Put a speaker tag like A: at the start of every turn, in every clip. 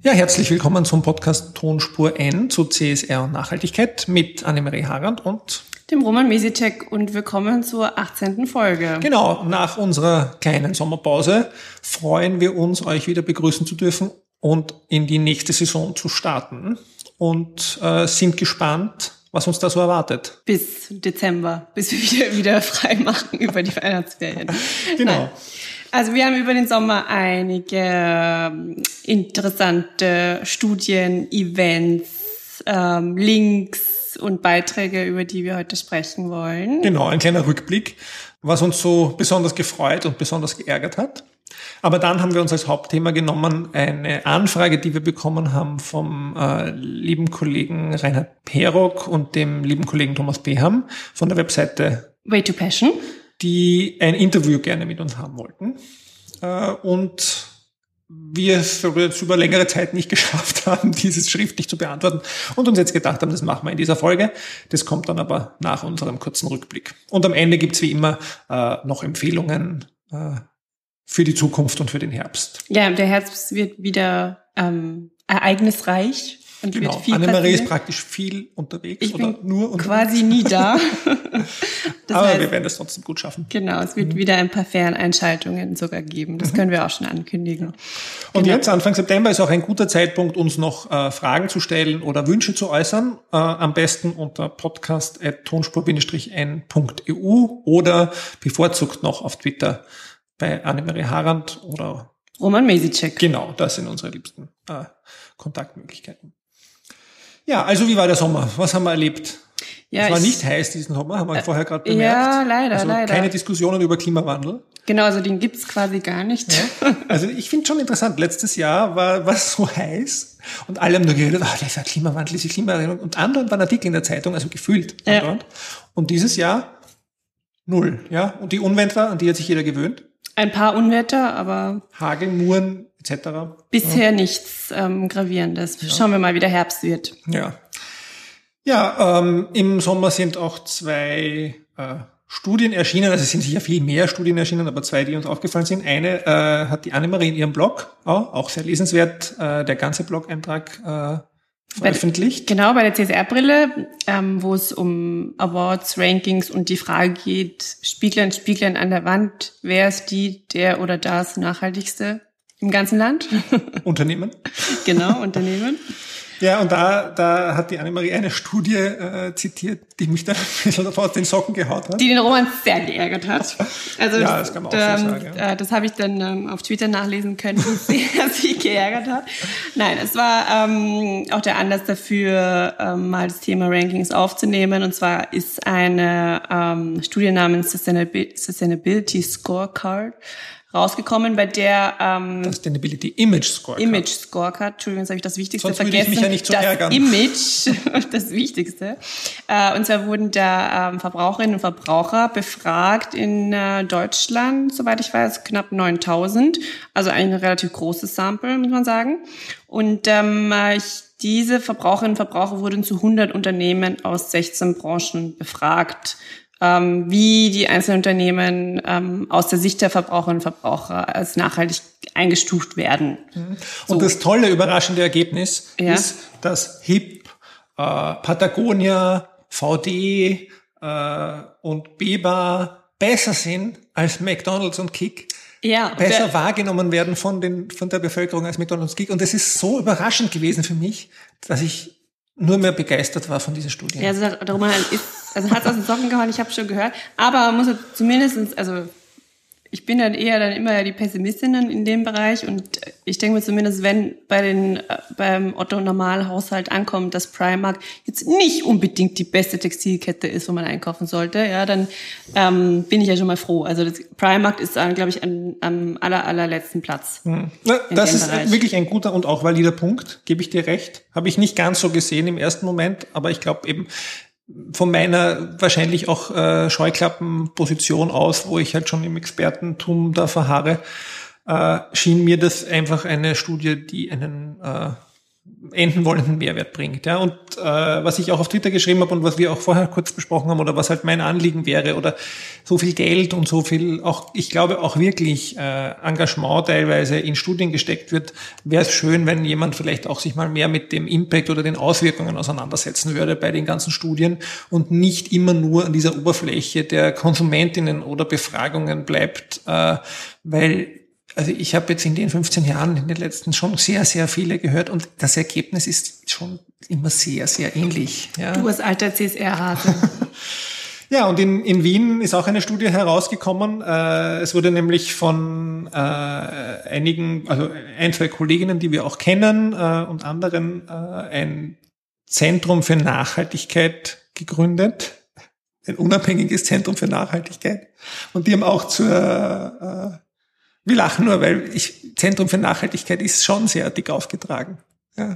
A: Ja, herzlich willkommen zum Podcast Tonspur N zu CSR und Nachhaltigkeit mit Annemarie Harand und
B: dem Roman Mesicek, und willkommen zur 18. Folge.
A: Genau, nach unserer kleinen Sommerpause freuen wir uns, euch wieder begrüßen zu dürfen und in die nächste Saison zu starten und sind gespannt, was uns da so erwartet.
B: Bis Dezember, bis wir wieder frei machen über die Weihnachtsferien.
A: Genau.
B: Nein. Also wir haben über den Sommer einige interessante Studien, Events, Links und Beiträge, über die wir heute sprechen wollen.
A: Genau, ein kleiner Rückblick, was uns so besonders gefreut und besonders geärgert hat. Aber dann haben wir uns als Hauptthema genommen eine Anfrage, die wir bekommen haben vom lieben Kollegen Reinhard Perock und dem lieben Kollegen Thomas Beham von der Webseite
B: Way to Passion,
A: die ein Interview gerne mit uns haben wollten. Und wir es jetzt über längere Zeit nicht geschafft haben, dieses schriftlich zu beantworten und uns jetzt gedacht haben, das machen wir in dieser Folge. Das kommt dann aber nach unserem kurzen Rückblick. Und am Ende gibt's wie immer noch Empfehlungen für die Zukunft und für den Herbst.
B: Ja, der Herbst wird wieder ereignisreich. Und
A: genau,
B: wird viel
A: Annemarie
B: passieren.
A: Ist praktisch viel unterwegs
B: ich
A: oder
B: bin
A: nur unterwegs.
B: Quasi nie da.
A: Aber heißt, wir werden das trotzdem gut schaffen.
B: Genau, es wird wieder ein paar Ferneinschaltungen sogar geben. Das können wir auch schon ankündigen.
A: Und
B: genau.
A: Jetzt, Anfang September, ist auch ein guter Zeitpunkt, uns noch Fragen zu stellen oder Wünsche zu äußern. Am besten unter podcast@tonspur-n.eu oder bevorzugt noch auf Twitter bei Annemarie Harand oder
B: Roman Mesicek.
A: Genau, das sind unsere liebsten Kontaktmöglichkeiten. Ja, also wie war der Sommer? Was haben wir erlebt?
B: Ja,
A: es war nicht heiß diesen Sommer, haben wir vorher gerade bemerkt.
B: Ja, leider,
A: also
B: leider.
A: Keine Diskussionen über Klimawandel.
B: Genau, also den gibt's quasi gar nicht.
A: Ja, also ich finde schon interessant, letztes Jahr war es so heiß und alle haben nur geredet, dieser Klimawandel, diese Klimaerwärmung. Und andauernd waren Artikel in der Zeitung, also gefühlt andauernd. Ja. Und dieses Jahr null. Ja. Und die Unwetter, an die hat sich jeder gewöhnt.
B: Ein paar Unwetter, aber
A: Hagel, Muren etc.
B: Bisher nichts Gravierendes. Ja. Schauen wir mal, wie der Herbst wird.
A: Ja. Ja, im Sommer sind auch zwei Studien erschienen, also es sind sicher viel mehr Studien erschienen, aber zwei, die uns aufgefallen sind. Eine hat die Annemarie in ihrem Blog, auch sehr lesenswert, der ganze Blog-Eintrag veröffentlicht.
B: Genau, bei der CSR-Brille, wo es um Awards, Rankings und die Frage geht, Spieglein an der Wand, wer ist der oder das nachhaltigste im ganzen Land?
A: Unternehmen.
B: Genau, Unternehmen.
A: Ja, und da hat die Annemarie eine Studie zitiert, die mich dann ein bisschen aus den Socken gehaut hat.
B: Die den Roman sehr geärgert hat. Also
A: ja, das kann man auch so sagen. Ja.
B: Das habe ich dann auf Twitter nachlesen können, wie sehr sie geärgert hat. Nein, es war auch der Anlass dafür, mal das Thema Rankings aufzunehmen. Und zwar ist eine Studie namens Sustainability Scorecard rausgekommen, bei der
A: Sustainability Image Scorecard.
B: Image Scorecard, Entschuldigung, jetzt habe ich das Wichtigste
A: Sonst
B: vergessen.
A: Würde ich mich ja nicht so
B: das
A: ärgern.
B: Image, das Wichtigste. Und zwar wurden da Verbraucherinnen und Verbraucher befragt in Deutschland, soweit ich weiß, knapp 9.000. Also eigentlich ein relativ großes Sample, muss man sagen. Und diese Verbraucherinnen und Verbraucher wurden zu 100 Unternehmen aus 16 Branchen befragt, wie die einzelnen Unternehmen aus der Sicht der Verbraucherinnen und Verbraucher als nachhaltig eingestuft werden.
A: Und das tolle, überraschende Ergebnis ist, dass HIP, Patagonia, VD und BEBA besser sind als McDonald's und Kick.
B: Ja,
A: besser wahrgenommen werden von der Bevölkerung als McDonald's und Kick. Und das ist so überraschend gewesen für mich, dass ich nur mehr begeistert war von dieser Studie.
B: Ja, also darum hat es aus den Socken gehauen, ich habe schon gehört. Aber man muss zumindest, also ich bin dann immer die Pessimistinnen in dem Bereich, und ich denke mir zumindest, wenn beim Otto-Normalhaushalt ankommt, dass Primark jetzt nicht unbedingt die beste Textilkette ist, wo man einkaufen sollte, ja, dann bin ich ja schon mal froh. Also Primark ist, glaube ich, am allerletzten Platz.
A: Das ist wirklich ein guter und auch valider Punkt, gebe ich dir recht. Habe ich nicht ganz so gesehen im ersten Moment, aber ich glaube eben, von meiner wahrscheinlich auch Scheuklappenposition aus, wo ich halt schon im Expertentum da verharre, schien mir das einfach eine Studie, die einen enden wollenden Mehrwert bringt. Ja. Und was ich auch auf Twitter geschrieben habe und was wir auch vorher kurz besprochen haben oder was halt mein Anliegen wäre oder so viel Geld und so viel auch, ich glaube auch wirklich Engagement teilweise in Studien gesteckt wird, wäre es schön, wenn jemand vielleicht auch sich mal mehr mit dem Impact oder den Auswirkungen auseinandersetzen würde bei den ganzen Studien und nicht immer nur an dieser Oberfläche der Konsumentinnen oder Befragungen bleibt, weil also ich habe jetzt in den 15 Jahren, in den letzten schon sehr, sehr viele gehört und das Ergebnis ist schon immer sehr, sehr ähnlich. Ja.
B: Du als alter CSR-Hase.
A: Ja, und in Wien ist auch eine Studie herausgekommen. Es wurde nämlich von einigen, also ein, zwei Kolleginnen, die wir auch kennen und anderen, ein Zentrum für Nachhaltigkeit gegründet. Ein unabhängiges Zentrum für Nachhaltigkeit. Und die haben auch wir lachen nur, weil Zentrum für Nachhaltigkeit ist schon sehr dick aufgetragen. Ja,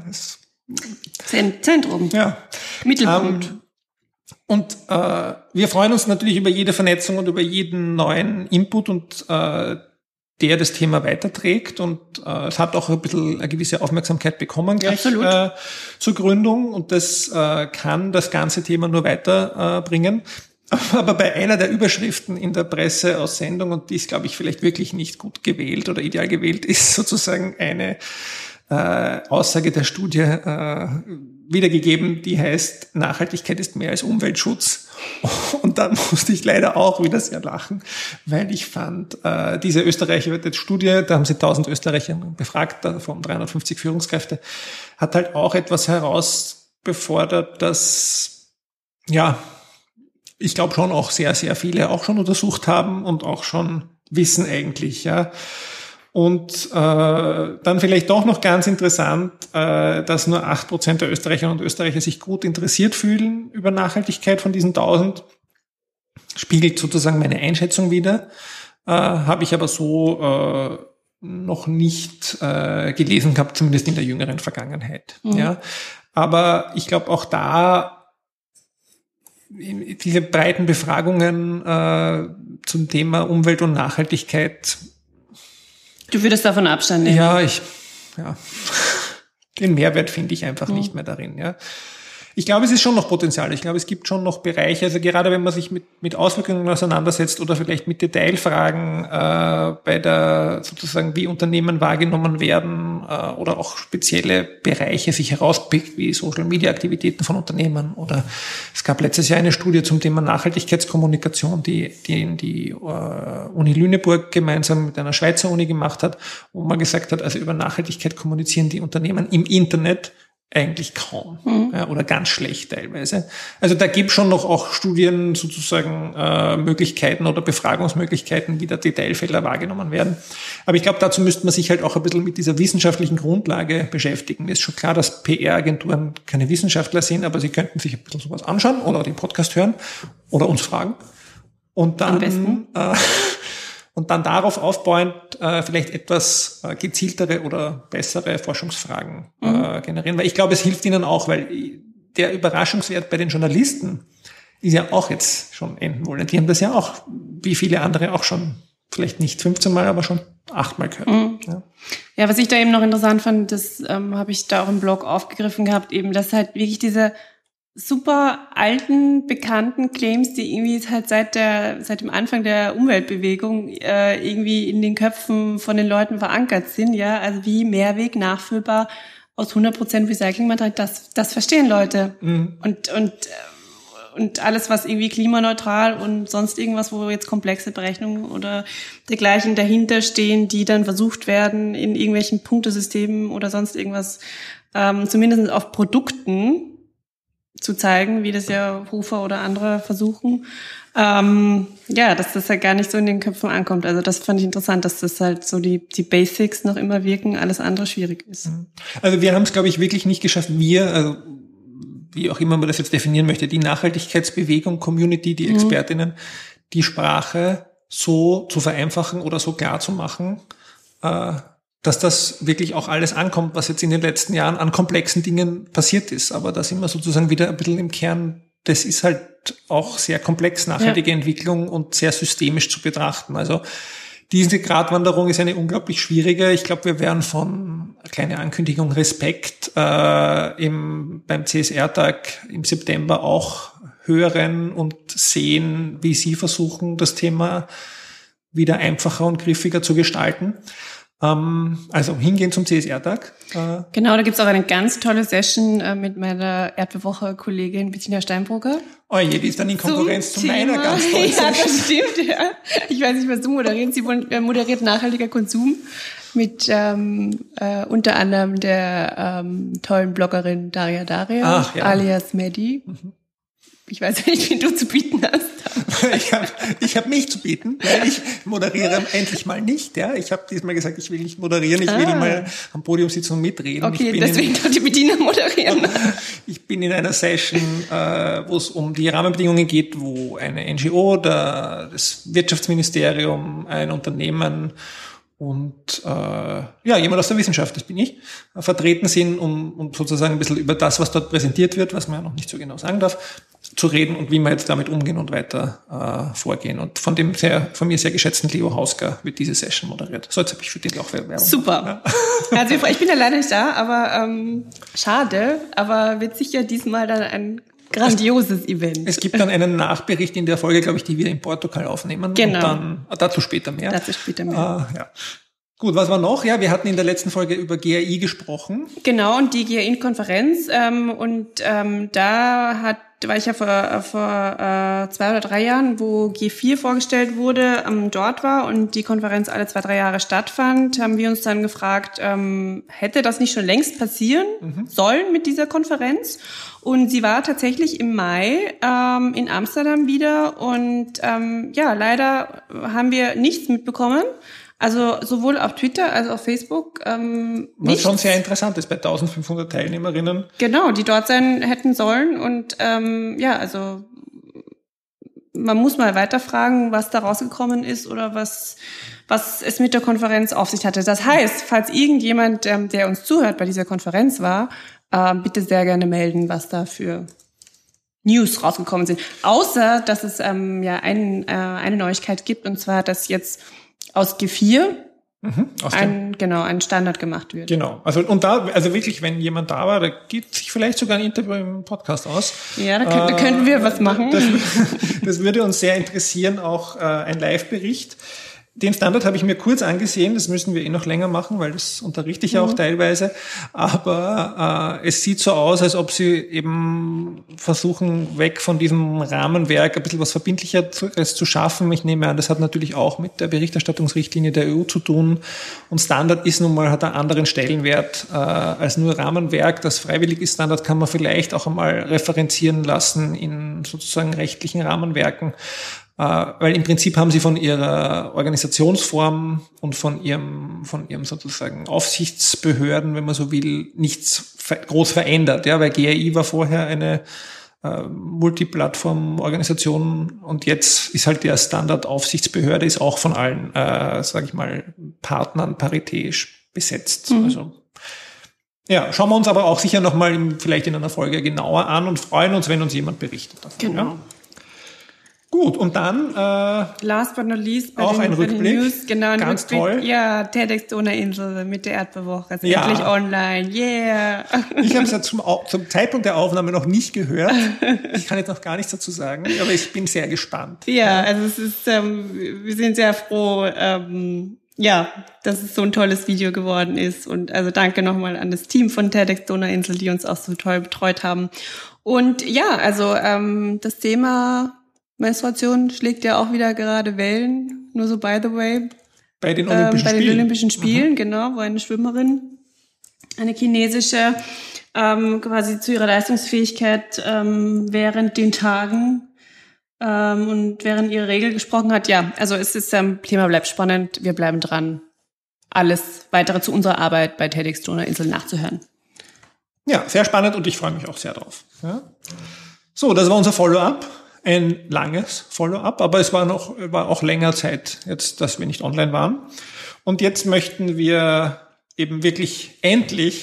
B: Zentrum.
A: Ja.
B: Mittelpunkt.
A: Und wir freuen uns natürlich über jede Vernetzung und über jeden neuen Input und der das Thema weiterträgt. Und es hat auch ein bisschen eine gewisse Aufmerksamkeit bekommen gleich zur Gründung. Und das kann das ganze Thema nur weiterbringen. Aber bei einer der Überschriften in der Presseaussendung, und die ist, glaube ich, vielleicht wirklich nicht gut gewählt oder ideal gewählt, ist sozusagen eine Aussage der Studie wiedergegeben, die heißt, Nachhaltigkeit ist mehr als Umweltschutz. Und dann musste ich leider auch wieder sehr lachen, weil ich fand, diese österreichische Studie, da haben sie 1000 Österreicher befragt, davon 350 Führungskräfte, hat halt auch etwas herausbefordert, das, ja, ich glaube schon auch sehr, sehr viele auch schon untersucht haben und auch schon wissen eigentlich, ja. Und dann vielleicht doch noch ganz interessant, dass nur 8% der Österreicherinnen und Österreicher sich gut interessiert fühlen über Nachhaltigkeit von diesen 1000. Spiegelt sozusagen meine Einschätzung wider. Habe ich aber so noch nicht gelesen gehabt, zumindest in der jüngeren Vergangenheit. Mhm. Ja. Aber ich glaube auch da, diese breiten Befragungen zum Thema Umwelt und Nachhaltigkeit.
B: Du würdest davon Abstand nehmen?
A: Ja. Den Mehrwert finde ich einfach nicht mehr darin, ja. Ich glaube, es ist schon noch Potenzial. Ich glaube, es gibt schon noch Bereiche, also gerade wenn man sich mit Auswirkungen auseinandersetzt oder vielleicht mit Detailfragen bei der sozusagen, wie Unternehmen wahrgenommen werden oder auch spezielle Bereiche sich herauspickt, wie Social-Media-Aktivitäten von Unternehmen. Oder es gab letztes Jahr eine Studie zum Thema Nachhaltigkeitskommunikation, die Uni Lüneburg gemeinsam mit einer Schweizer Uni gemacht hat, wo man gesagt hat, also über Nachhaltigkeit kommunizieren die Unternehmen im Internet eigentlich kaum oder ganz schlecht teilweise. Also da gibt es schon noch auch Studien sozusagen Möglichkeiten oder Befragungsmöglichkeiten, wie da Detailfehler wahrgenommen werden. Aber ich glaube, dazu müsste man sich halt auch ein bisschen mit dieser wissenschaftlichen Grundlage beschäftigen. Ist schon klar, dass PR-Agenturen keine Wissenschaftler sind, aber sie könnten sich ein bisschen sowas anschauen oder den Podcast hören oder uns fragen. Und dann
B: am besten.
A: Und dann darauf aufbauend vielleicht etwas gezieltere oder bessere Forschungsfragen generieren. Weil ich glaube, es hilft ihnen auch, weil der Überraschungswert bei den Journalisten ist ja auch jetzt schon enden wollen. Die haben das ja auch, wie viele andere auch schon, vielleicht nicht 15 Mal, aber schon 8 Mal gehört. Mhm.
B: Ja, was ich da eben noch interessant fand, das habe ich da auch im Blog aufgegriffen gehabt, eben, dass halt wirklich diese super alten, bekannten Claims, die irgendwie halt seit dem Anfang der Umweltbewegung irgendwie in den Köpfen von den Leuten verankert sind, ja, also wie Mehrweg nachfüllbar aus 100% Recyclingmaterial, das verstehen Leute. Mhm. Und alles, was irgendwie klimaneutral und sonst irgendwas, wo jetzt komplexe Berechnungen oder dergleichen dahinter stehen, die dann versucht werden, in irgendwelchen Punktesystemen oder sonst irgendwas, zumindest auf Produkten zu zeigen, wie das ja Hofer oder andere versuchen, dass das halt gar nicht so in den Köpfen ankommt. Also das fand ich interessant, dass das halt so die Basics noch immer wirken, alles andere schwierig ist.
A: Also wir haben es, glaube ich, wirklich nicht geschafft, also wie auch immer man das jetzt definieren möchte, die Nachhaltigkeitsbewegung, Community, die Expertinnen, die Sprache so zu vereinfachen oder so klar zu machen, dass das wirklich auch alles ankommt, was jetzt in den letzten Jahren an komplexen Dingen passiert ist. Aber da sind wir sozusagen wieder ein bisschen im Kern, das ist halt auch sehr komplex, nachhaltige Entwicklung und sehr systemisch zu betrachten. Also diese Gratwanderung ist eine unglaublich schwierige. Ich glaube, wir werden von, kleine Ankündigung, Respekt beim CSR-Tag im September auch hören und sehen, wie Sie versuchen, das Thema wieder einfacher und griffiger zu gestalten. Also hingehen zum CSR-Tag.
B: Genau, da gibt's auch eine ganz tolle Session mit meiner Erdbewoche-Kollegin Bettina Steinbrugger.
A: Oh je, die ist dann in Konkurrenz zu meiner ganz tollen
B: Ja,
A: Session.
B: das stimmt, ja. Ich weiß nicht, was du moderierst. Sie moderiert nachhaltiger Konsum mit unter anderem der tollen Bloggerin Daria
A: Ach, ja.
B: alias Maddie. Ich weiß nicht, wie du zu bieten hast.
A: Ich hab mich zu bieten, weil ich moderiere endlich mal nicht. Ja, ich habe diesmal gesagt, ich will nicht moderieren, ich will mal am Podium sitzen und mitreden.
B: Okay, deswegen darf die Bettina moderieren.
A: Ich bin in einer Session, wo es um die Rahmenbedingungen geht, wo eine NGO, das Wirtschaftsministerium, ein Unternehmen und jemand aus der Wissenschaft, das bin ich, vertreten sind, um sozusagen ein bisschen über das, was dort präsentiert wird, was man ja noch nicht so genau sagen darf, zu reden und wie wir jetzt damit umgehen und weiter vorgehen. Und von dem von mir sehr geschätzten Leo Hausker wird diese Session moderiert. So, jetzt habe ich für den auch Werbung.
B: Super. Ja. Also ich bin ja leider nicht da, aber schade, aber wird sicher diesmal dann ein grandioses Event.
A: Es gibt dann einen Nachbericht in der Folge, glaube ich, die wir in Portugal aufnehmen.
B: Genau.
A: Und dann, dazu später mehr. Ja. Gut, was war noch? Ja, wir hatten in der letzten Folge über GAI gesprochen.
B: Genau, und die GAI-Konferenz. Da war ich ja vor 2 oder 3 Jahren, wo G4 vorgestellt wurde, dort war und die Konferenz alle 2, 3 Jahre stattfand, haben wir uns dann gefragt, hätte das nicht schon längst passieren sollen mit dieser Konferenz? Und sie war tatsächlich im Mai in Amsterdam wieder und leider haben wir nichts mitbekommen. Also sowohl auf Twitter als auch auf Facebook.
A: Was schon sehr interessant ist bei 1500 Teilnehmerinnen.
B: Genau, die dort sein hätten sollen. Und also man muss mal weiterfragen, was da rausgekommen ist oder was es mit der Konferenz auf sich hatte. Das heißt, falls irgendjemand, der uns zuhört, bei dieser Konferenz war, bitte sehr gerne melden, was da für News rausgekommen sind. Außer, dass es eine Neuigkeit gibt, und zwar, dass jetzt aus G4 ein Standard gemacht wird.
A: Genau. Also wirklich, wenn jemand da war, da gibt sich vielleicht sogar ein Interview im Podcast aus.
B: Ja, da könnten wir was machen.
A: Das würde uns sehr interessieren, auch ein Live-Bericht. Den Standard habe ich mir kurz angesehen, das müssen wir noch länger machen, weil das unterrichte ich ja auch teilweise. Aber es sieht so aus, als ob sie eben versuchen, weg von diesem Rahmenwerk ein bisschen was Verbindlicheres zu schaffen. Ich nehme an, das hat natürlich auch mit der Berichterstattungsrichtlinie der EU zu tun. Und Standard ist nun mal, hat einen anderen Stellenwert als nur Rahmenwerk. Das freiwillig ist, Standard kann man vielleicht auch einmal referenzieren lassen in sozusagen rechtlichen Rahmenwerken. Weil im Prinzip haben sie von ihrer Organisationsform und von ihrem sozusagen Aufsichtsbehörden, wenn man so will, nichts groß verändert. Ja, weil GAI war vorher eine Multiplattform-Organisation und jetzt ist halt der Standard-Aufsichtsbehörde ist auch von allen, Partnern paritätisch besetzt. Also ja, schauen wir uns aber auch sicher nochmal vielleicht in einer Folge genauer an und freuen uns, wenn uns jemand berichtet davon.
B: Genau.
A: Ja? Gut, und dann
B: last but not least
A: auch ein Rückblick.
B: News, genau, ein
A: ganz
B: Rückblick.
A: Toll.
B: Ja, TEDx Donauinsel mit der Erdbewoche ist endlich online. Yeah.
A: Ich habe es ja zum Zeitpunkt der Aufnahme noch nicht gehört. Ich kann jetzt noch gar nichts dazu sagen, aber ich bin sehr gespannt.
B: Ja, also es ist, wir sind sehr froh, dass es so ein tolles Video geworden ist. Und also danke nochmal an das Team von TEDx Donauinsel, die uns auch so toll betreut haben. Und ja, also das Thema Menstruation schlägt ja auch wieder gerade Wellen, nur so by the way.
A: Bei den Olympischen
B: Spielen, genau, wo eine Schwimmerin, eine chinesische, quasi zu ihrer Leistungsfähigkeit während den Tagen und während ihre Regel gesprochen hat. Ja, also es ist, Thema bleibt spannend, wir bleiben dran, alles weitere zu unserer Arbeit bei TEDx Donauinsel nachzuhören.
A: Ja, sehr spannend und ich freue mich auch sehr drauf. Ja. So, das war unser Follow-up. Ein langes Follow-up, aber es war auch länger Zeit jetzt, dass wir nicht online waren. Und jetzt möchten wir eben wirklich endlich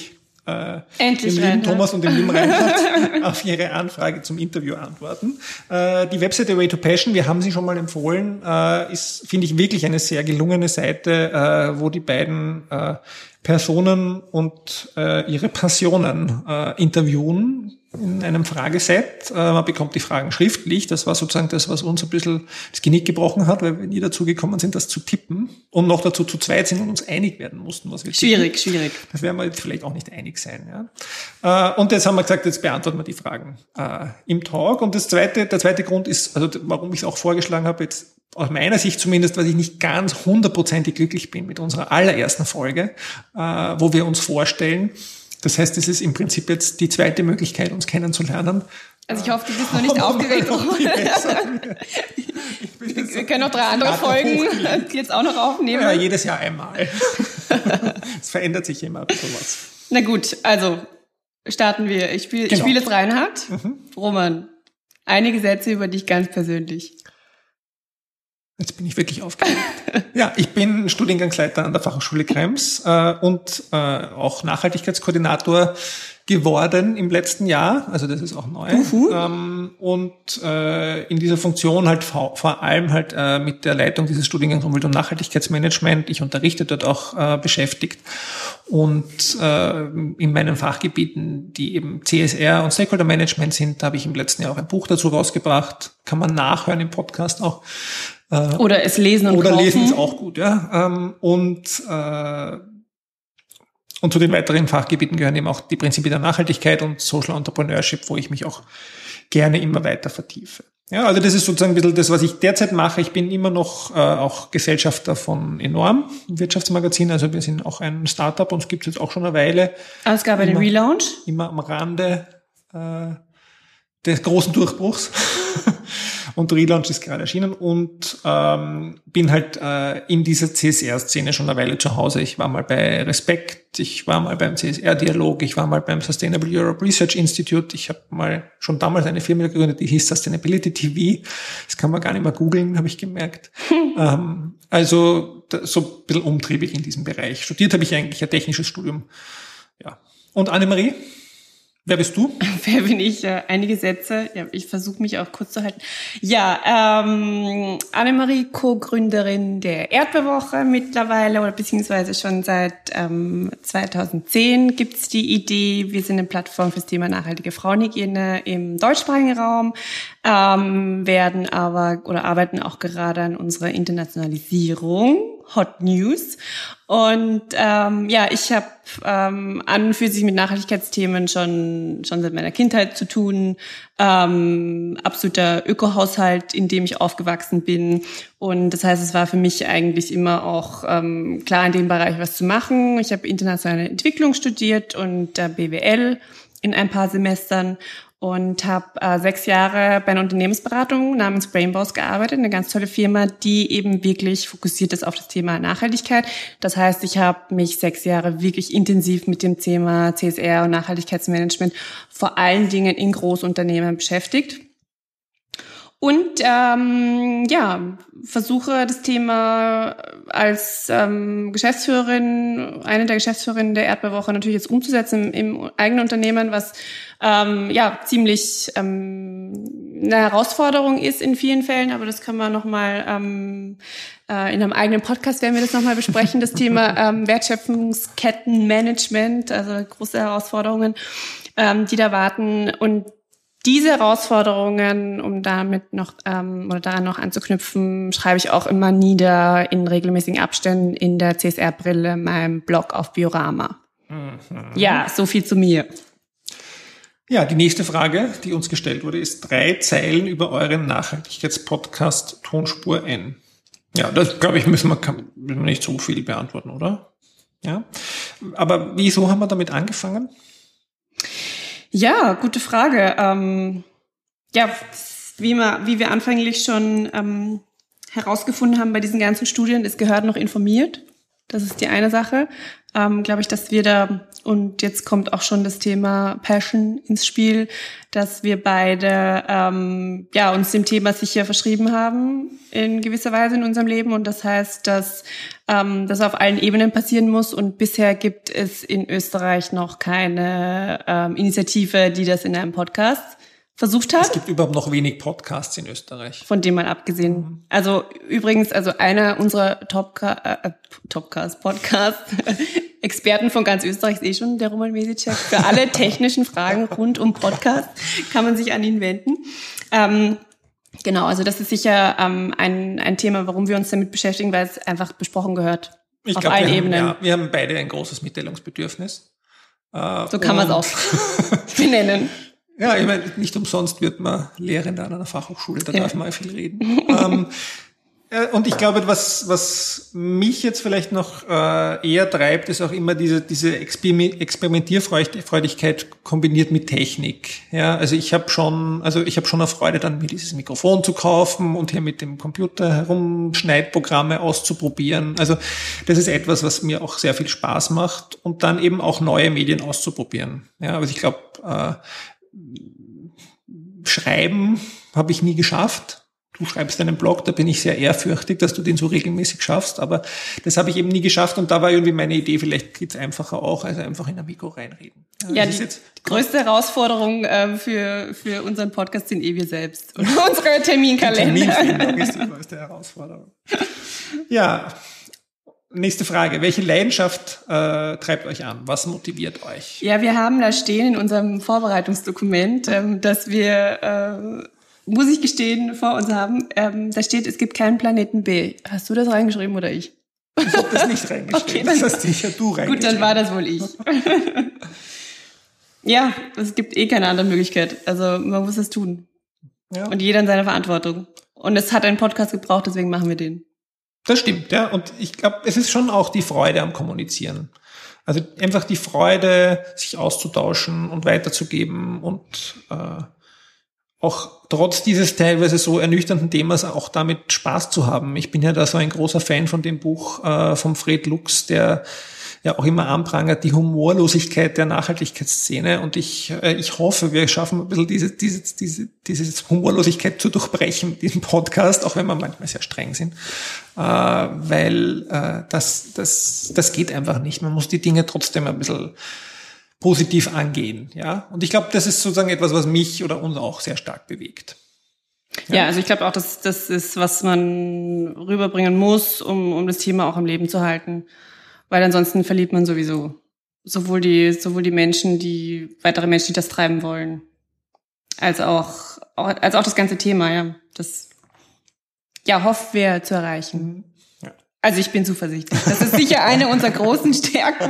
A: dem lieben Thomas und dem lieben Reinhard auf ihre Anfrage zum Interview antworten. Die Webseite Way to Passion, wir haben sie schon mal empfohlen, ist, finde ich, wirklich eine sehr gelungene Seite, wo die beiden Personen und ihre Passionen interviewen in einem Frageset. Man bekommt die Fragen schriftlich. Das war sozusagen das, was uns ein bisschen das Genick gebrochen hat, weil wir nie dazu gekommen sind, das zu tippen und noch dazu zu zweit sind und uns einig werden mussten, was wir tippen.
B: Schwierig.
A: Das werden wir jetzt vielleicht auch nicht einig sein. Ja. Und jetzt haben wir gesagt, jetzt beantworten wir die Fragen im Talk. Und der zweite Grund ist, also warum ich es auch vorgeschlagen habe, jetzt aus meiner Sicht zumindest, weil ich nicht ganz hundertprozentig glücklich bin mit unserer allerersten Folge, wo wir uns vorstellen. Das heißt, es ist im Prinzip jetzt die zweite Möglichkeit, uns kennenzulernen.
B: Also ich hoffe, du bist noch nicht aufgeregt. Wir können noch 3 andere Folgen jetzt auch noch aufnehmen.
A: Ja, jedes Jahr einmal. Es verändert sich immer ein bisschen was.
B: Na gut, also starten wir. Ich spiele jetzt Reinhard. Roman, einige Sätze über dich ganz persönlich.
A: Jetzt bin ich wirklich aufgeregt. Ja, ich bin Studiengangsleiter an der Fachhochschule Krems und auch Nachhaltigkeitskoordinator geworden im letzten Jahr. Also das ist auch neu. Und in dieser Funktion halt vor allem halt mit der Leitung dieses Studiengangs Umwelt- und Nachhaltigkeitsmanagement. Ich unterrichte dort auch beschäftigt. Und in meinen Fachgebieten, die eben CSR und Stakeholder Management sind, da habe ich im letzten Jahr auch ein Buch dazu rausgebracht. Kann man nachhören im Podcast auch.
B: Oder es lesen und kaufen.
A: Oder lesen ist auch gut, ja. Und zu den weiteren Fachgebieten gehören eben auch die Prinzipien der Nachhaltigkeit und Social Entrepreneurship, wo ich mich auch gerne immer weiter vertiefe. Ja, also das ist sozusagen ein bisschen das, was ich derzeit mache. Ich bin immer noch auch Gesellschafter von Enorm, im Wirtschaftsmagazin. Also wir sind auch ein Startup, uns gibt es jetzt auch schon eine Weile.
B: Ah, es gab einen Relaunch?
A: Immer am Rande des großen Durchbruchs. Und Relaunch ist gerade erschienen und bin halt in dieser CSR-Szene schon eine Weile zu Hause. Ich war mal bei Respekt, ich war mal beim CSR-Dialog, ich war mal beim Sustainable Europe Research Institute. Ich habe mal schon damals eine Firma gegründet, die hieß Sustainability TV. Das kann man gar nicht mehr googeln, habe ich gemerkt. Also so ein bisschen umtriebig in diesem Bereich. Studiert habe ich eigentlich ein technisches Studium. Ja. Und Annemarie? Wer bist du?
B: Wer bin ich? Einige Sätze. Ja, ich versuche mich auch kurz zu halten. Ja, Annemarie, Co-Gründerin der Erdbeerwoche mittlerweile oder beziehungsweise schon seit 2010 gibt's die Idee. Wir sind eine Plattform fürs Thema nachhaltige Frauenhygiene im deutschsprachigen Raum, werden aber oder arbeiten auch gerade an unserer Internationalisierung. Hot News. Und ja, ich habe an und für sich mit Nachhaltigkeitsthemen schon seit meiner Kindheit zu tun. Absoluter Ökohaushalt, in dem ich aufgewachsen bin. Und das heißt, es war für mich eigentlich immer auch klar, in dem Bereich was zu machen. Ich habe internationale Entwicklung studiert und BWL in ein paar Semestern. Und habe 6 Jahre bei einer Unternehmensberatung namens Brainboss gearbeitet, eine ganz tolle Firma, die eben wirklich fokussiert ist auf das Thema Nachhaltigkeit. Das heißt, ich habe mich 6 Jahre wirklich intensiv mit dem Thema CSR und Nachhaltigkeitsmanagement vor allen Dingen in Großunternehmen beschäftigt. Und ja, versuche das Thema als Geschäftsführerin, eine der Geschäftsführerinnen der Erdbeerwoche natürlich jetzt umzusetzen im eigenen Unternehmen, was ja ziemlich eine Herausforderung ist in vielen Fällen, aber das können wir nochmal in einem eigenen Podcast werden wir das nochmal besprechen, das Thema Wertschöpfungskettenmanagement, also große Herausforderungen, die da warten. Und diese Herausforderungen, um damit noch oder daran noch anzuknüpfen, schreibe ich auch immer nieder in regelmäßigen Abständen in der CSR-Brille, meinem Blog auf Biorama. Ja, so viel zu mir.
A: Ja, die nächste Frage, die uns gestellt wurde, ist 3 Zeilen über euren Nachhaltigkeitspodcast Tonspur N. Ja, das glaube ich müssen wir nicht so viel beantworten, oder? Ja. Aber wieso haben wir damit angefangen?
B: Ja, gute Frage. Ja, wie wir anfänglich schon herausgefunden haben bei diesen ganzen Studien, es gehört noch informiert. Das ist die eine Sache. Glaube ich, dass wir da, und jetzt kommt auch schon das Thema Passion ins Spiel, dass wir beide uns dem Thema sicher verschrieben haben in gewisser Weise in unserem Leben. Und das heißt, dass das auf allen Ebenen passieren muss. Und bisher gibt es in Österreich noch keine Initiative, die das in einem Podcast versucht hat.
A: Es gibt überhaupt noch wenig Podcasts in Österreich.
B: Von dem mal abgesehen. Also übrigens, einer unserer Podcast Experten von ganz Österreich ist schon der Roman Mesicek. Für alle technischen Fragen rund um Podcast kann man sich an ihn wenden. Genau, also das ist sicher ein Thema, warum wir uns damit beschäftigen, weil es einfach besprochen gehört.
A: Ich
B: auf
A: glaube,
B: allen Ebenen.
A: Wir haben beide ein großes Mitteilungsbedürfnis.
B: So kann man es auch benennen.
A: Ja, ich meine, nicht umsonst wird man Lehrender an einer Fachhochschule, da darf man viel reden. Und ich glaube, was mich jetzt vielleicht noch eher treibt, ist auch immer diese Experimentierfreudigkeit kombiniert mit Technik. Ja, also ich habe schon eine Freude dann, mir dieses Mikrofon zu kaufen und hier mit dem Computer herumschneidprogramme auszuprobieren. Also das ist etwas, was mir auch sehr viel Spaß macht und dann eben auch neue Medien auszuprobieren. Ja, also ich glaube, Schreiben habe ich nie geschafft. Du schreibst einen Blog, da bin ich sehr ehrfürchtig, dass du den so regelmäßig schaffst, aber das habe ich eben nie geschafft und da war irgendwie meine Idee, vielleicht geht's einfacher auch, also einfach in ein Mikro reinreden.
B: Ja, die größte Herausforderung für unseren Podcast sind wir selbst und unsere Terminkalender.
A: Terminfindung ist die größte Herausforderung. Ja, nächste Frage. Welche Leidenschaft treibt euch an? Was motiviert euch?
B: Ja, wir haben da stehen in unserem Vorbereitungsdokument, dass wir, muss ich gestehen, vor uns haben. Da steht, es gibt keinen Planeten B. Hast du das reingeschrieben oder ich?
A: Ich habe das nicht reingeschrieben.
B: Okay,
A: das hast sicher du reingeschrieben.
B: Gut, dann war das wohl ich. Ja, es gibt keine andere Möglichkeit. Also man muss es tun. Ja. Und jeder in seiner Verantwortung. Und es hat einen Podcast gebraucht, deswegen machen wir den.
A: Das stimmt, ja. Und ich glaube, es ist schon auch die Freude am Kommunizieren. Also einfach die Freude, sich auszutauschen und weiterzugeben und auch trotz dieses teilweise so ernüchternden Themas auch damit Spaß zu haben. Ich bin ja da so ein großer Fan von dem Buch von Fred Lux, der ja auch immer anprangert, die Humorlosigkeit der Nachhaltigkeitsszene. Und ich hoffe, wir schaffen ein bisschen diese Humorlosigkeit zu durchbrechen mit diesem Podcast, auch wenn wir manchmal sehr streng sind. Weil das geht einfach nicht. Man muss die Dinge trotzdem ein bisschen positiv angehen, ja. Und ich glaube, das ist sozusagen etwas, was mich oder uns auch sehr stark bewegt.
B: Ja, also ich glaube auch, das ist, was man rüberbringen muss, um das Thema auch am Leben zu halten. Weil ansonsten verliert man sowieso sowohl die Menschen, weitere Menschen, die das treiben wollen, als auch das ganze Thema, ja. Das, hoffen wir zu erreichen. Ja. Also ich bin zuversichtlich. Das ist sicher eine unserer großen Stärken.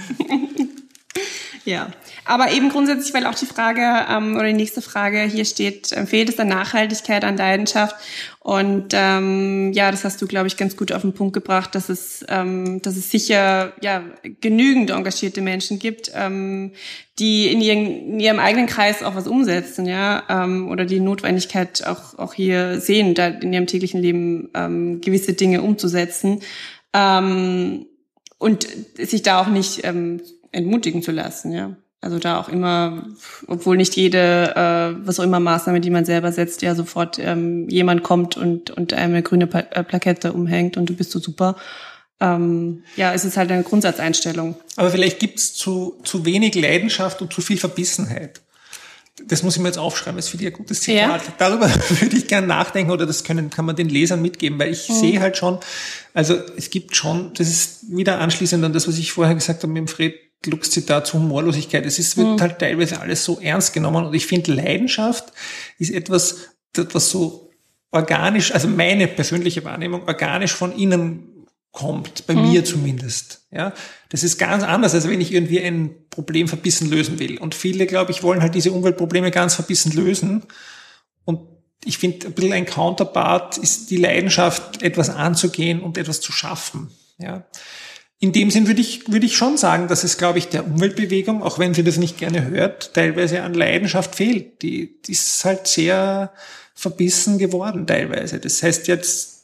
B: Ja, aber eben grundsätzlich, weil auch die Frage oder die nächste Frage hier steht, fehlt es an Nachhaltigkeit, an Leidenschaft? Und das hast du, glaube ich, ganz gut auf den Punkt gebracht, dass es sicher genügend engagierte Menschen gibt, die in ihrem eigenen Kreis auch was umsetzen, oder die Notwendigkeit auch hier sehen, da in ihrem täglichen Leben gewisse Dinge umzusetzen und sich da auch nicht entmutigen zu lassen, ja. Also da auch immer, obwohl nicht jede, was auch immer Maßnahme, die man selber setzt, ja sofort jemand kommt und einem eine grüne Plakette umhängt und du bist so super. Es ist halt eine Grundsatzeinstellung.
A: Aber vielleicht gibt's zu wenig Leidenschaft und zu viel Verbissenheit. Das muss ich mir jetzt aufschreiben, das finde ich ein gutes Zitat. Ja. Darüber würde ich gerne nachdenken oder kann man den Lesern mitgeben, weil ich sehe halt schon, also es gibt schon, das ist wieder anschließend an das, was ich vorher gesagt habe mit dem Fred Lux Zitat zur Humorlosigkeit. Wird halt teilweise alles so ernst genommen und ich finde, Leidenschaft ist etwas so organisch, also meine persönliche Wahrnehmung, organisch von innen kommt, bei mir zumindest. Ja, das ist ganz anders, als wenn ich irgendwie ein Problem verbissen lösen will. Und viele, glaube ich, wollen halt diese Umweltprobleme ganz verbissen lösen. Und ich finde, ein bisschen ein Counterpart ist die Leidenschaft, etwas anzugehen und etwas zu schaffen. Ja. In dem Sinn würde ich schon sagen, dass es, glaube ich, der Umweltbewegung, auch wenn sie das nicht gerne hört, teilweise an Leidenschaft fehlt. Die ist halt sehr verbissen geworden teilweise. Das heißt jetzt,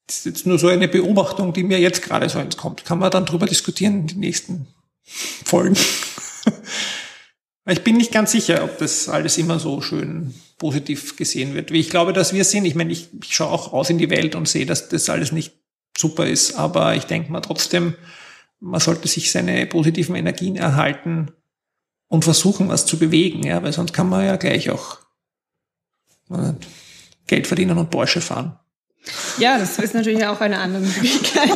A: Das ist jetzt nur so eine Beobachtung, die mir jetzt gerade so ins kommt. Kann man dann drüber diskutieren in den nächsten Folgen. Ich bin nicht ganz sicher, ob das alles immer so schön positiv gesehen wird, wie ich glaube, dass wir es sind. Ich meine, ich schaue auch raus in die Welt und sehe, dass das alles nicht super ist, aber ich denke mal trotzdem, man sollte sich seine positiven Energien erhalten und versuchen, was zu bewegen, ja, weil sonst kann man ja gleich auch Geld verdienen und Porsche fahren.
B: Ja, das ist natürlich auch eine andere Möglichkeit.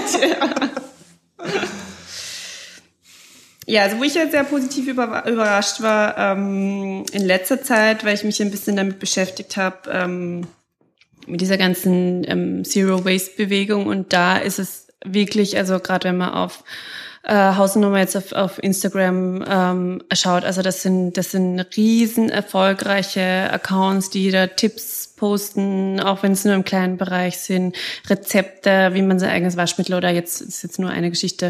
B: Ja, also wo ich jetzt sehr positiv überrascht war, in letzter Zeit, weil ich mich ein bisschen damit beschäftigt habe, mit dieser ganzen Zero-Waste-Bewegung. Und da ist es wirklich, also gerade wenn man auf Hausnummer jetzt auf Instagram schaut, also das sind riesen erfolgreiche Accounts, die da Tipps posten, auch wenn es nur im kleinen Bereich sind, Rezepte, wie man sein eigenes Waschmittel oder ist jetzt nur eine Geschichte,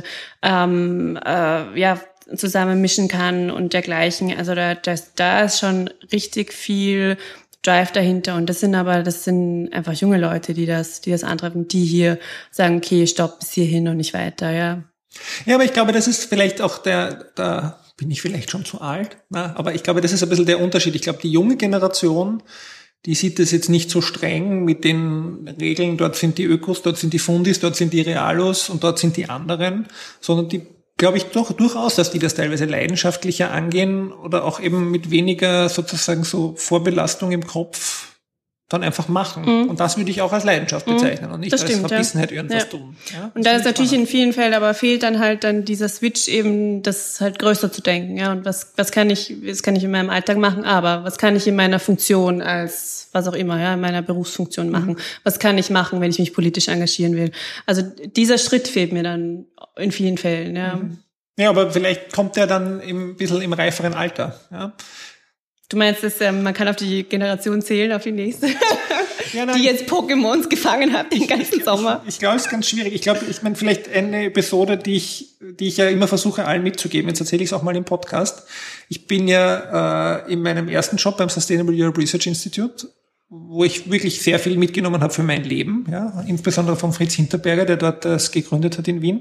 B: zusammen mischen kann und dergleichen. Also da ist schon richtig viel Drive dahinter und das sind einfach junge Leute, die das antreiben, die hier sagen, okay, stopp, bis hierhin und nicht weiter, ja.
A: Ja, aber ich glaube, das ist vielleicht auch da bin ich vielleicht schon zu alt, aber ich glaube, das ist ein bisschen der Unterschied. Ich glaube, die junge Generation, die sieht das jetzt nicht so streng mit den Regeln, dort sind die Ökos, dort sind die Fundis, dort sind die Realos und dort sind die anderen, sondern die, glaube ich, doch durchaus, dass die das teilweise leidenschaftlicher angehen oder auch eben mit weniger sozusagen so Vorbelastung im Kopf dann einfach machen. Mhm. Und das würde ich auch als Leidenschaft bezeichnen und nicht als Verbissenheit irgendwas tun. Ja,
B: und da ist natürlich in vielen Fällen, aber fehlt dann halt dieser Switch eben, das halt größer zu denken. Ja, und was kann ich in meinem Alltag machen, aber was kann ich in meiner Funktion als, was auch immer, ja, in meiner Berufsfunktion machen? Mhm. Was kann ich machen, wenn ich mich politisch engagieren will? Also dieser Schritt fehlt mir dann in vielen Fällen, ja.
A: Mhm. Ja, aber vielleicht kommt der dann ein bisschen im reiferen Alter, ja.
B: Du meinst, dass man kann auf die Generation zählen, auf die nächste, ja, die jetzt Pokémons gefangen hat den ganzen Sommer?
A: Ich glaube, es ist ganz schwierig. Ich meine, vielleicht eine Episode, die ich ja immer versuche, allen mitzugeben. Jetzt erzähle ich es auch mal im Podcast. Ich bin ja in meinem ersten Job beim Sustainable Europe Research Institute, wo ich wirklich sehr viel mitgenommen habe für mein Leben, ja, insbesondere von Fritz Hinterberger, der dort das gegründet hat in Wien.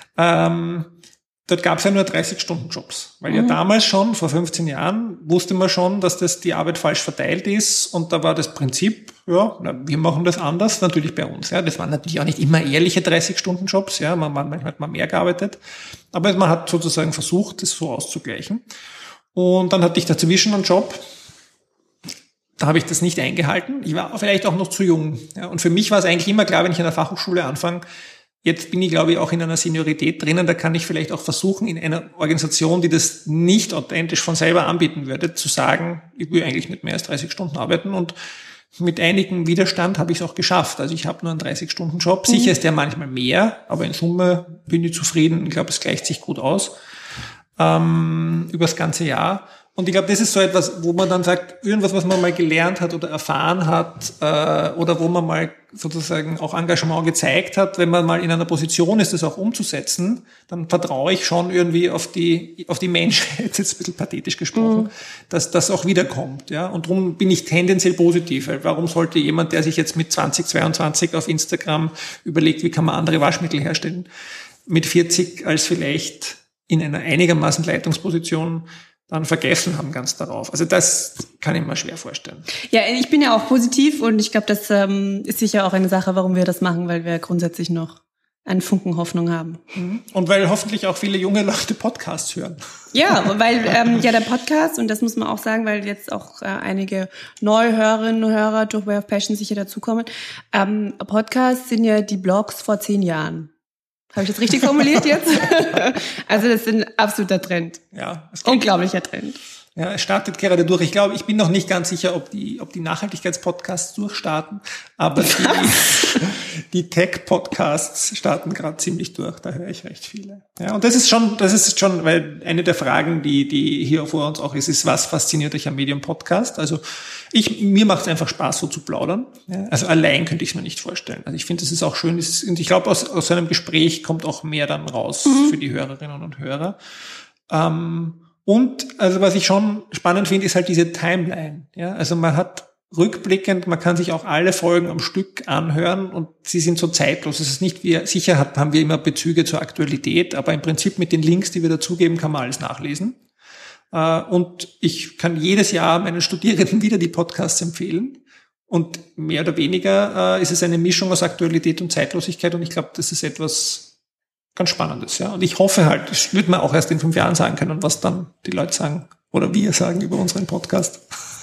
A: Dort gab es ja nur 30-Stunden-Jobs, weil ja damals schon, vor 15 Jahren, wusste man schon, dass das die Arbeit falsch verteilt ist und da war das Prinzip, wir machen das anders, natürlich bei uns. Ja, das waren natürlich auch nicht immer ehrliche 30-Stunden-Jobs, ja, manchmal hat man mehr gearbeitet, aber man hat sozusagen versucht, das so auszugleichen. Und dann hatte ich dazwischen einen Job, da habe ich das nicht eingehalten. Ich war vielleicht auch noch zu jung. Ja, und für mich war es eigentlich immer klar, wenn ich an der Fachhochschule anfange, jetzt bin ich, glaube ich, auch in einer Seniorität drinnen, da kann ich vielleicht auch versuchen, in einer Organisation, die das nicht authentisch von selber anbieten würde, zu sagen, ich will eigentlich nicht mehr als 30 Stunden arbeiten und mit einigem Widerstand habe ich es auch geschafft. Also ich habe nur einen 30-Stunden-Job. Sicher ist der manchmal mehr, aber in Summe bin ich zufrieden. Ich glaube, es gleicht sich gut aus übers ganze Jahr. Und ich glaube, das ist so etwas, wo man dann sagt, irgendwas, was man mal gelernt hat oder erfahren hat oder wo man mal sozusagen auch Engagement gezeigt hat, wenn man mal in einer Position ist, das auch umzusetzen, dann vertraue ich schon irgendwie auf die Menschheit, jetzt ein bisschen pathetisch gesprochen, dass das auch wiederkommt. Ja? Und darum bin ich tendenziell positiv. Weil warum sollte jemand, der sich jetzt mit 2022 auf Instagram überlegt, wie kann man andere Waschmittel herstellen, mit 40 als vielleicht in einer einigermaßen Leitungsposition dann vergessen haben ganz darauf. Also das kann ich mir schwer vorstellen.
B: Ja, ich bin ja auch positiv und ich glaube, das ist sicher auch eine Sache, warum wir das machen, weil wir grundsätzlich noch einen Funken Hoffnung haben.
A: Und weil hoffentlich auch viele junge Leute Podcasts hören.
B: Ja, weil der Podcast, und das muss man auch sagen, weil jetzt auch einige Neuhörerinnen und Hörer durch Way of Passion sicher dazukommen, Podcasts sind ja die Blogs vor 10 Jahren. Habe ich das richtig formuliert jetzt? Also das ist ein absoluter Trend.
A: Ja,
B: unglaublicher Trend.
A: Ja, es startet gerade durch. Ich glaube, ich bin noch nicht ganz sicher, ob die Nachhaltigkeitspodcasts durchstarten, aber die Tech-Podcasts starten gerade ziemlich durch. Da höre ich recht viele. Ja, und das ist schon, weil eine der Fragen, die hier vor uns auch ist, was fasziniert euch am Medium Podcast? Also mir macht es einfach Spaß, so zu plaudern. Ja, also allein könnte ich es mir nicht vorstellen. Also ich finde, das ist auch schön. Und ich glaube, aus so einem Gespräch kommt auch mehr dann raus für die Hörerinnen und Hörer. Und also was ich schon spannend finde, ist halt diese Timeline. Ja, also man hat rückblickend, man kann sich auch alle Folgen am Stück anhören und sie sind so zeitlos. Es ist nicht, haben wir immer Bezüge zur Aktualität, aber im Prinzip mit den Links, die wir dazugeben, kann man alles nachlesen. Und ich kann jedes Jahr meinen Studierenden wieder die Podcasts empfehlen. Und mehr oder weniger ist es eine Mischung aus Aktualität und Zeitlosigkeit und ich glaube, das ist etwas ganz Spannendes. Ja. Und ich hoffe halt, das wird man auch erst in 5 Jahren sagen können, was dann die Leute sagen oder wir sagen über unseren Podcast.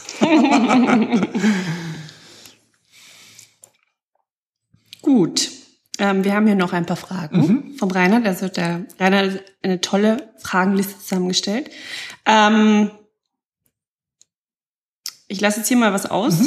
B: Gut, wir haben hier noch ein paar Fragen vom Reinhard. Also der Reinhard hat eine tolle Fragenliste zusammengestellt. Ich lasse jetzt hier mal was aus.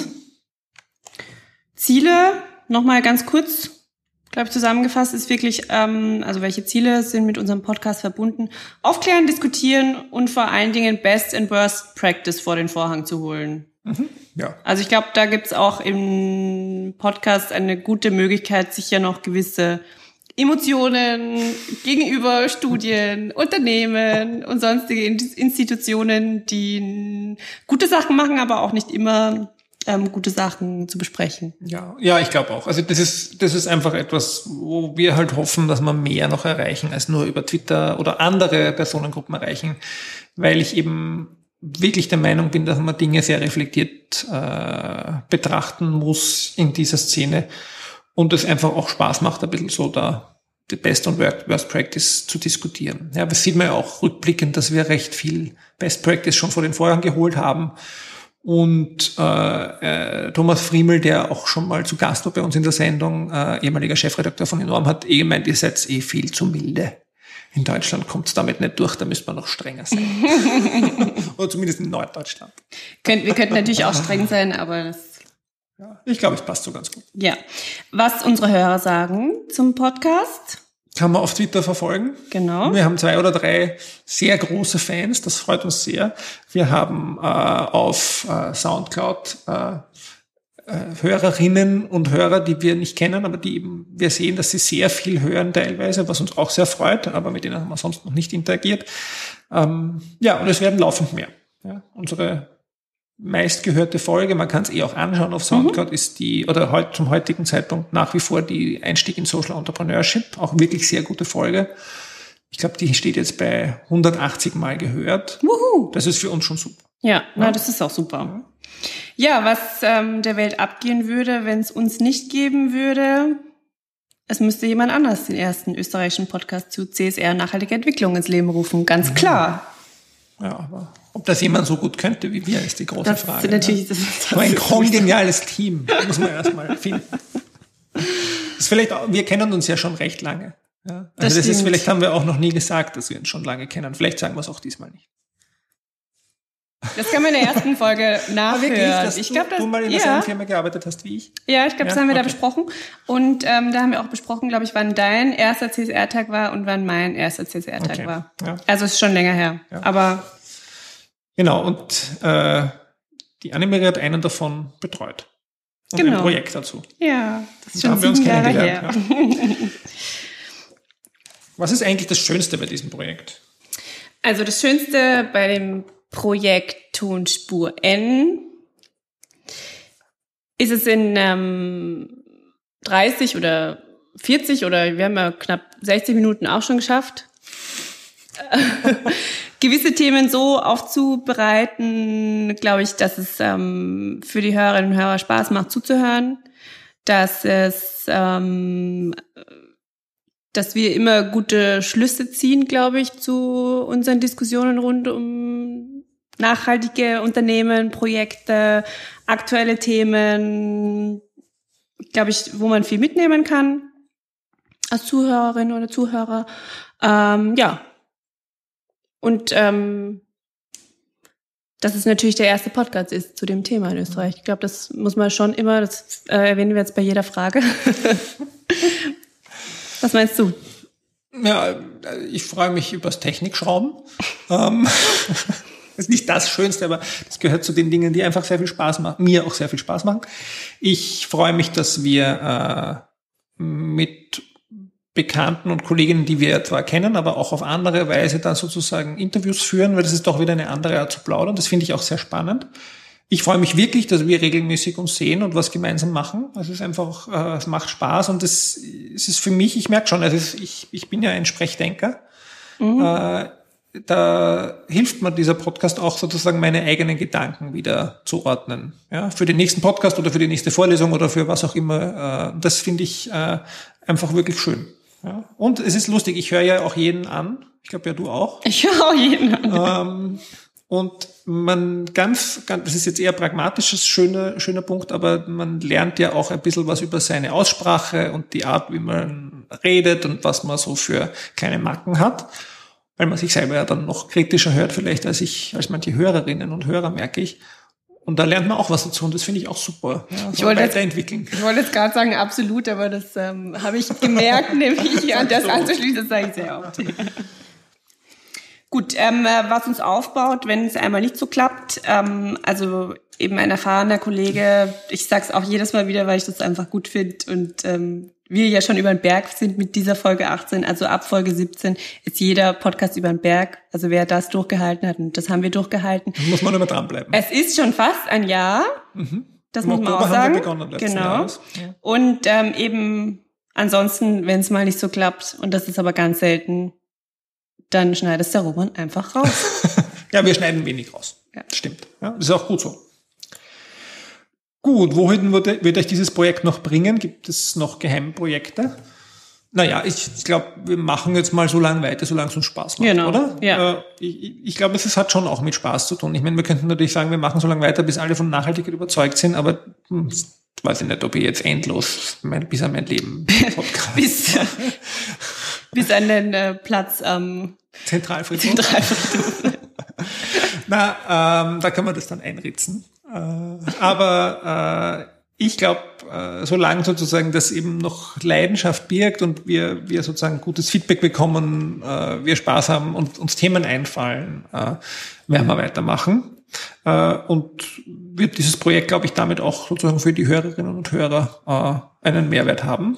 B: Ziele, nochmal ganz kurz, glaube ich, zusammengefasst, ist wirklich, also welche Ziele sind mit unserem Podcast verbunden? Aufklären, diskutieren und vor allen Dingen Best and Worst Practice vor den Vorhang zu holen.
A: Ja.
B: Also ich glaube, da gibt's auch im Podcast eine gute Möglichkeit, sich ja noch gewisse Emotionen gegenüber Studien, Unternehmen und sonstige Institutionen, die gute Sachen machen, aber auch nicht immer gute Sachen zu besprechen.
A: Ja, ich glaube auch. Also das ist einfach etwas, wo wir halt hoffen, dass wir mehr noch erreichen, als nur über Twitter oder andere Personengruppen erreichen, weil ich eben wirklich der Meinung bin, dass man Dinge sehr reflektiert betrachten muss in dieser Szene und es einfach auch Spaß macht, ein bisschen so da die Best und Worst Practice zu diskutieren. Ja, das sieht man ja auch rückblickend, dass wir recht viel Best Practice schon vor den Vorhang geholt haben. Und Thomas Friemel, der auch schon mal zu Gast war bei uns in der Sendung, ehemaliger Chefredakteur von Enorm, hat gemeint, ihr seid viel zu milde. In Deutschland kommt es damit nicht durch, da müsste man noch strenger sein. Oder zumindest in Norddeutschland.
B: Wir könnten natürlich auch streng sein, aber das...
A: Ja, ich glaube, es passt so ganz gut.
B: Ja. Was unsere Hörer sagen zum Podcast?
A: Kann man auf Twitter verfolgen.
B: Genau.
A: Wir haben 2 oder 3 sehr große Fans, das freut uns sehr. Wir haben auf Soundcloud Hörerinnen und Hörer, die wir nicht kennen, aber die eben, wir sehen, dass sie sehr viel hören teilweise, was uns auch sehr freut, aber mit denen haben wir sonst noch nicht interagiert. Ja, und es werden laufend mehr. Ja, unsere meistgehörte Folge, man kann es auch anschauen auf Soundcloud, ist zum heutigen Zeitpunkt nach wie vor die Einstieg in Social Entrepreneurship, auch wirklich sehr gute Folge. Ich glaube, die steht jetzt bei 180 Mal gehört.
B: Wuhu.
A: Das ist für uns schon super.
B: Ja, na, das ist auch super. Ja, was der Welt abgehen würde, wenn es uns nicht geben würde, es müsste jemand anders den ersten österreichischen Podcast zu CSR nachhaltige Entwicklung ins Leben rufen, ganz klar.
A: Ja, aber ob das jemand so gut könnte wie wir, ist die große Frage.
B: Natürlich,
A: das ist ein kongeniales Team, muss man erstmal finden. Wir kennen uns ja schon recht lange. Ja? Also vielleicht haben wir auch noch nie gesagt, dass wir uns schon lange kennen. Vielleicht sagen wir es auch diesmal nicht.
B: Das kann man in der ersten Folge nachhören.
A: Wirklich, dass du mal in derselben Firma gearbeitet hast wie ich?
B: Ja, ich glaube, das haben wir da besprochen. Und da haben wir auch besprochen, glaube ich, wann dein erster CSR-Tag war und wann mein erster CSR-Tag war. Ja. Also es ist schon länger her. Ja. Aber
A: genau, und die Annemarie hat einen davon betreut. Und ein Projekt dazu.
B: Ja,
A: das ist schon 7 Jahre her. Ja. Was ist eigentlich das Schönste bei diesem Projekt?
B: Also das Schönste bei dem Projekt Tonspur N ist es in 30 oder 40 oder wir haben ja knapp 60 Minuten auch schon geschafft, gewisse Themen so aufzubereiten, glaube ich, dass es für die Hörerinnen und Hörer Spaß macht zuzuhören, dass wir immer gute Schlüsse ziehen, glaube ich, zu unseren Diskussionen rund um nachhaltige Unternehmen, Projekte, aktuelle Themen, glaube ich, wo man viel mitnehmen kann als Zuhörerin oder Zuhörer. Ja. Und dass es natürlich der erste Podcast ist zu dem Thema in Österreich. Ich glaube, das muss man schon immer, das erwähnen wir jetzt bei jeder Frage. Was meinst du?
A: Ja, ich freue mich übers Technikschrauben. Das ist nicht das Schönste, aber das gehört zu den Dingen, die einfach sehr viel Spaß machen, mir auch sehr viel Spaß machen. Ich freue mich, dass wir mit Bekannten und Kolleginnen, die wir zwar kennen, aber auch auf andere Weise dann sozusagen Interviews führen, weil das ist doch wieder eine andere Art zu plaudern. Das finde ich auch sehr spannend. ich freue mich wirklich, dass wir regelmäßig uns sehen und was gemeinsam machen. Also es ist einfach, es macht Spaß und es ist für mich, ich merke schon, also ich bin ja ein Sprechdenker. Da hilft mir dieser Podcast auch sozusagen meine eigenen Gedanken wieder zu ordnen. Ja, für den nächsten Podcast oder für die nächste Vorlesung oder für was auch immer. Das finde ich einfach wirklich schön. Ja. Und es ist lustig, ich höre ja auch jeden an. Ich glaube ja, du auch.
B: Ich höre auch jeden an.
A: Und man das ist jetzt eher pragmatisches, schöner Punkt, aber man lernt ja auch ein bisschen was über seine Aussprache und die Art, wie man redet und was man so für kleine Macken hat. Weil man sich selber ja dann noch kritischer hört vielleicht als manche Hörerinnen und Hörer, merke ich. Und da lernt man auch was dazu und das finde ich auch super. Ja,
B: ich wollte jetzt gerade sagen, absolut, aber das habe ich gemerkt, nämlich an das anzuschließen, das sage ich sehr oft. Gut, was uns aufbaut, wenn es einmal nicht so klappt, also eben ein erfahrener Kollege, ich sag's auch jedes Mal wieder, weil ich das einfach gut finde und wir ja schon über den Berg sind mit dieser Folge 18, also ab Folge 17 ist jeder Podcast über den Berg, also wer das durchgehalten hat und das haben wir durchgehalten.
A: Da muss man immer dranbleiben.
B: Es ist schon fast ein Jahr, das muss man auch sagen. Haben wir begonnen letzten Jahres. Ja. Und eben ansonsten, wenn es mal nicht so klappt, und das ist aber ganz selten, dann schneidet der Roman einfach raus.
A: Ja, wir schneiden wenig raus. Ja. Stimmt. Ja, das ist auch gut so. Gut, wohin wird euch dieses Projekt noch bringen? Gibt es noch Geheimprojekte? Naja, ich glaube, wir machen jetzt mal so lange weiter, solange es uns Spaß macht, oder?
B: Ja.
A: Ich glaube, es hat schon auch mit Spaß zu tun. Ich meine, wir könnten natürlich sagen, wir machen so lange weiter, bis alle von Nachhaltigkeit überzeugt sind, aber weiß ich nicht, ob ich jetzt endlos bis an mein Leben Podcast
B: bis an den Platz am
A: Zentralfriedhof. Na, da kann man das dann einritzen. Aber ich glaube, solange sozusagen das eben noch Leidenschaft birgt und wir sozusagen gutes Feedback bekommen, wir Spaß haben und uns Themen einfallen, werden wir weitermachen. Und wird dieses Projekt, glaube ich, damit auch sozusagen für die Hörerinnen und Hörer einen Mehrwert haben.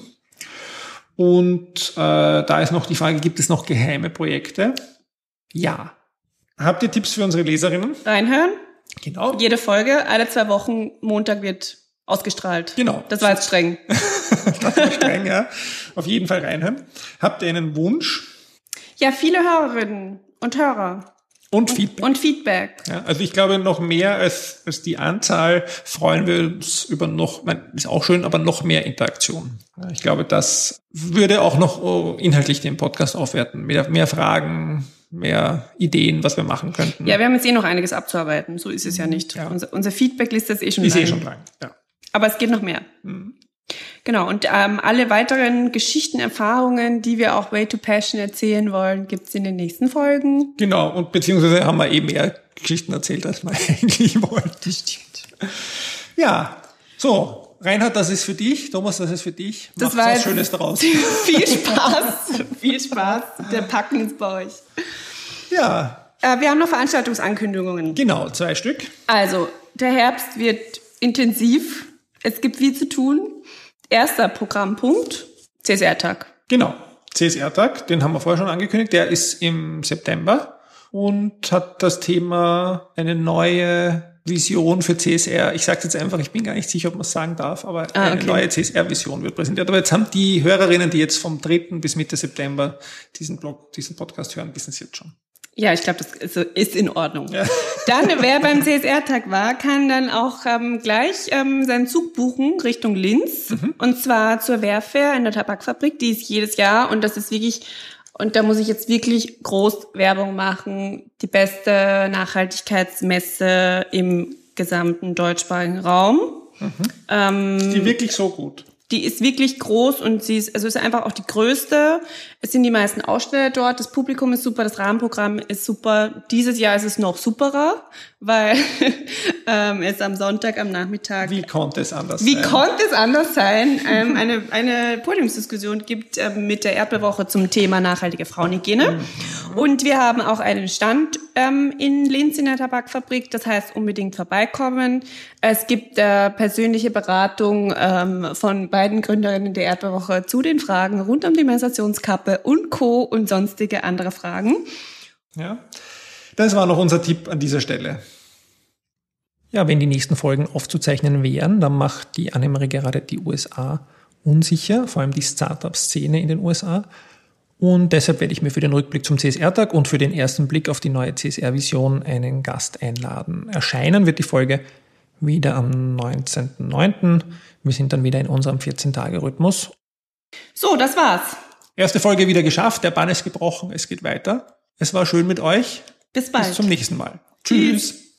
A: Und da ist noch die Frage, gibt es noch geheime Projekte? Ja. Habt ihr Tipps für unsere Leserinnen?
B: Reinhören.
A: Genau.
B: Jede Folge, alle 2 Wochen, Montag wird ausgestrahlt.
A: Genau.
B: Das war jetzt streng.
A: Das war streng, ja. Auf jeden Fall reinhören. Habt ihr einen Wunsch?
B: Ja, viele Hörerinnen und Hörer.
A: Und Feedback.
B: Und Feedback.
A: Ja, also ich glaube, noch mehr als die Anzahl freuen wir uns über ist auch schön, aber noch mehr Interaktion. Ich glaube, das würde auch noch inhaltlich den Podcast aufwerten. Mehr Fragen, mehr Ideen, was wir machen könnten.
B: Ja, wir haben jetzt noch einiges abzuarbeiten. So ist es ja nicht. Ja. Unser Feedback-Liste ist schon lang.
A: Ist schon lang, ja.
B: Aber es geht noch mehr. Mhm. Genau, und alle weiteren Geschichten, Erfahrungen, die wir auch Way to Passion erzählen wollen, gibt's in den nächsten Folgen.
A: Genau, und beziehungsweise haben wir eben mehr Geschichten erzählt, als wir eigentlich wollten.
B: Das stimmt.
A: Ja, so, Reinhard, das ist für dich. Thomas, das ist für dich.
B: Das war
A: was Schönes daraus.
B: Viel Spaß, viel Spaß. Der Packen ist bei euch.
A: Ja.
B: Wir haben noch Veranstaltungsankündigungen.
A: Genau, 2 Stück.
B: Also, der Herbst wird intensiv. Es gibt viel zu tun. Erster Programmpunkt, CSR-Tag.
A: Genau, CSR-Tag, den haben wir vorher schon angekündigt. Der ist im September und hat das Thema eine neue Vision für CSR. Ich sage jetzt einfach, ich bin gar nicht sicher, ob man es sagen darf, aber eine neue CSR-Vision wird präsentiert. Aber jetzt haben die Hörerinnen, die jetzt vom 3. bis Mitte September diesen Podcast hören, wissen es jetzt schon.
B: Ja, ich glaube, das ist in Ordnung. Ja. Dann, wer beim CSR-Tag war, kann dann auch gleich seinen Zug buchen Richtung Linz. Mhm. Und zwar zur Wehrfair in der Tabakfabrik. Die ist jedes Jahr und das ist wirklich, und da muss ich jetzt wirklich groß Werbung machen, die beste Nachhaltigkeitsmesse im gesamten deutschsprachigen Raum.
A: Mhm. Ist die wirklich so gut?
B: Die ist wirklich groß und sie ist einfach auch die größte. Es sind die meisten Aussteller dort. Das Publikum ist super, das Rahmenprogramm ist super. Dieses Jahr ist es noch superer, weil es am Sonntag am Nachmittag.
A: Wie konnte es anders
B: sein? Eine Podiumsdiskussion gibt mit der Erdbeerwoche zum Thema nachhaltige Frauenhygiene. Mhm. Und wir haben auch einen Stand in Linz in der Tabakfabrik. Das heißt, unbedingt vorbeikommen. Es gibt persönliche Beratung von beiden Gründerinnen der Erdbeerwoche zu den Fragen rund um die Menstruationskappe und Co. und sonstige andere Fragen.
A: Ja, das war noch unser Tipp an dieser Stelle. Ja, wenn die nächsten Folgen aufzuzeichnen wären, dann macht die Annemarie gerade die USA unsicher, vor allem die Startup-Szene in den USA. Und deshalb werde ich mir für den Rückblick zum CSR-Tag und für den ersten Blick auf die neue CSR-Vision einen Gast einladen. Erscheinen wird die Folge wieder am 19.09. Wir sind dann wieder in unserem 14-Tage-Rhythmus.
B: So, das war's.
A: Erste Folge wieder geschafft, der Bann ist gebrochen, es geht weiter. Es war schön mit euch.
B: Bis bald.
A: Bis zum nächsten Mal. Tschüss.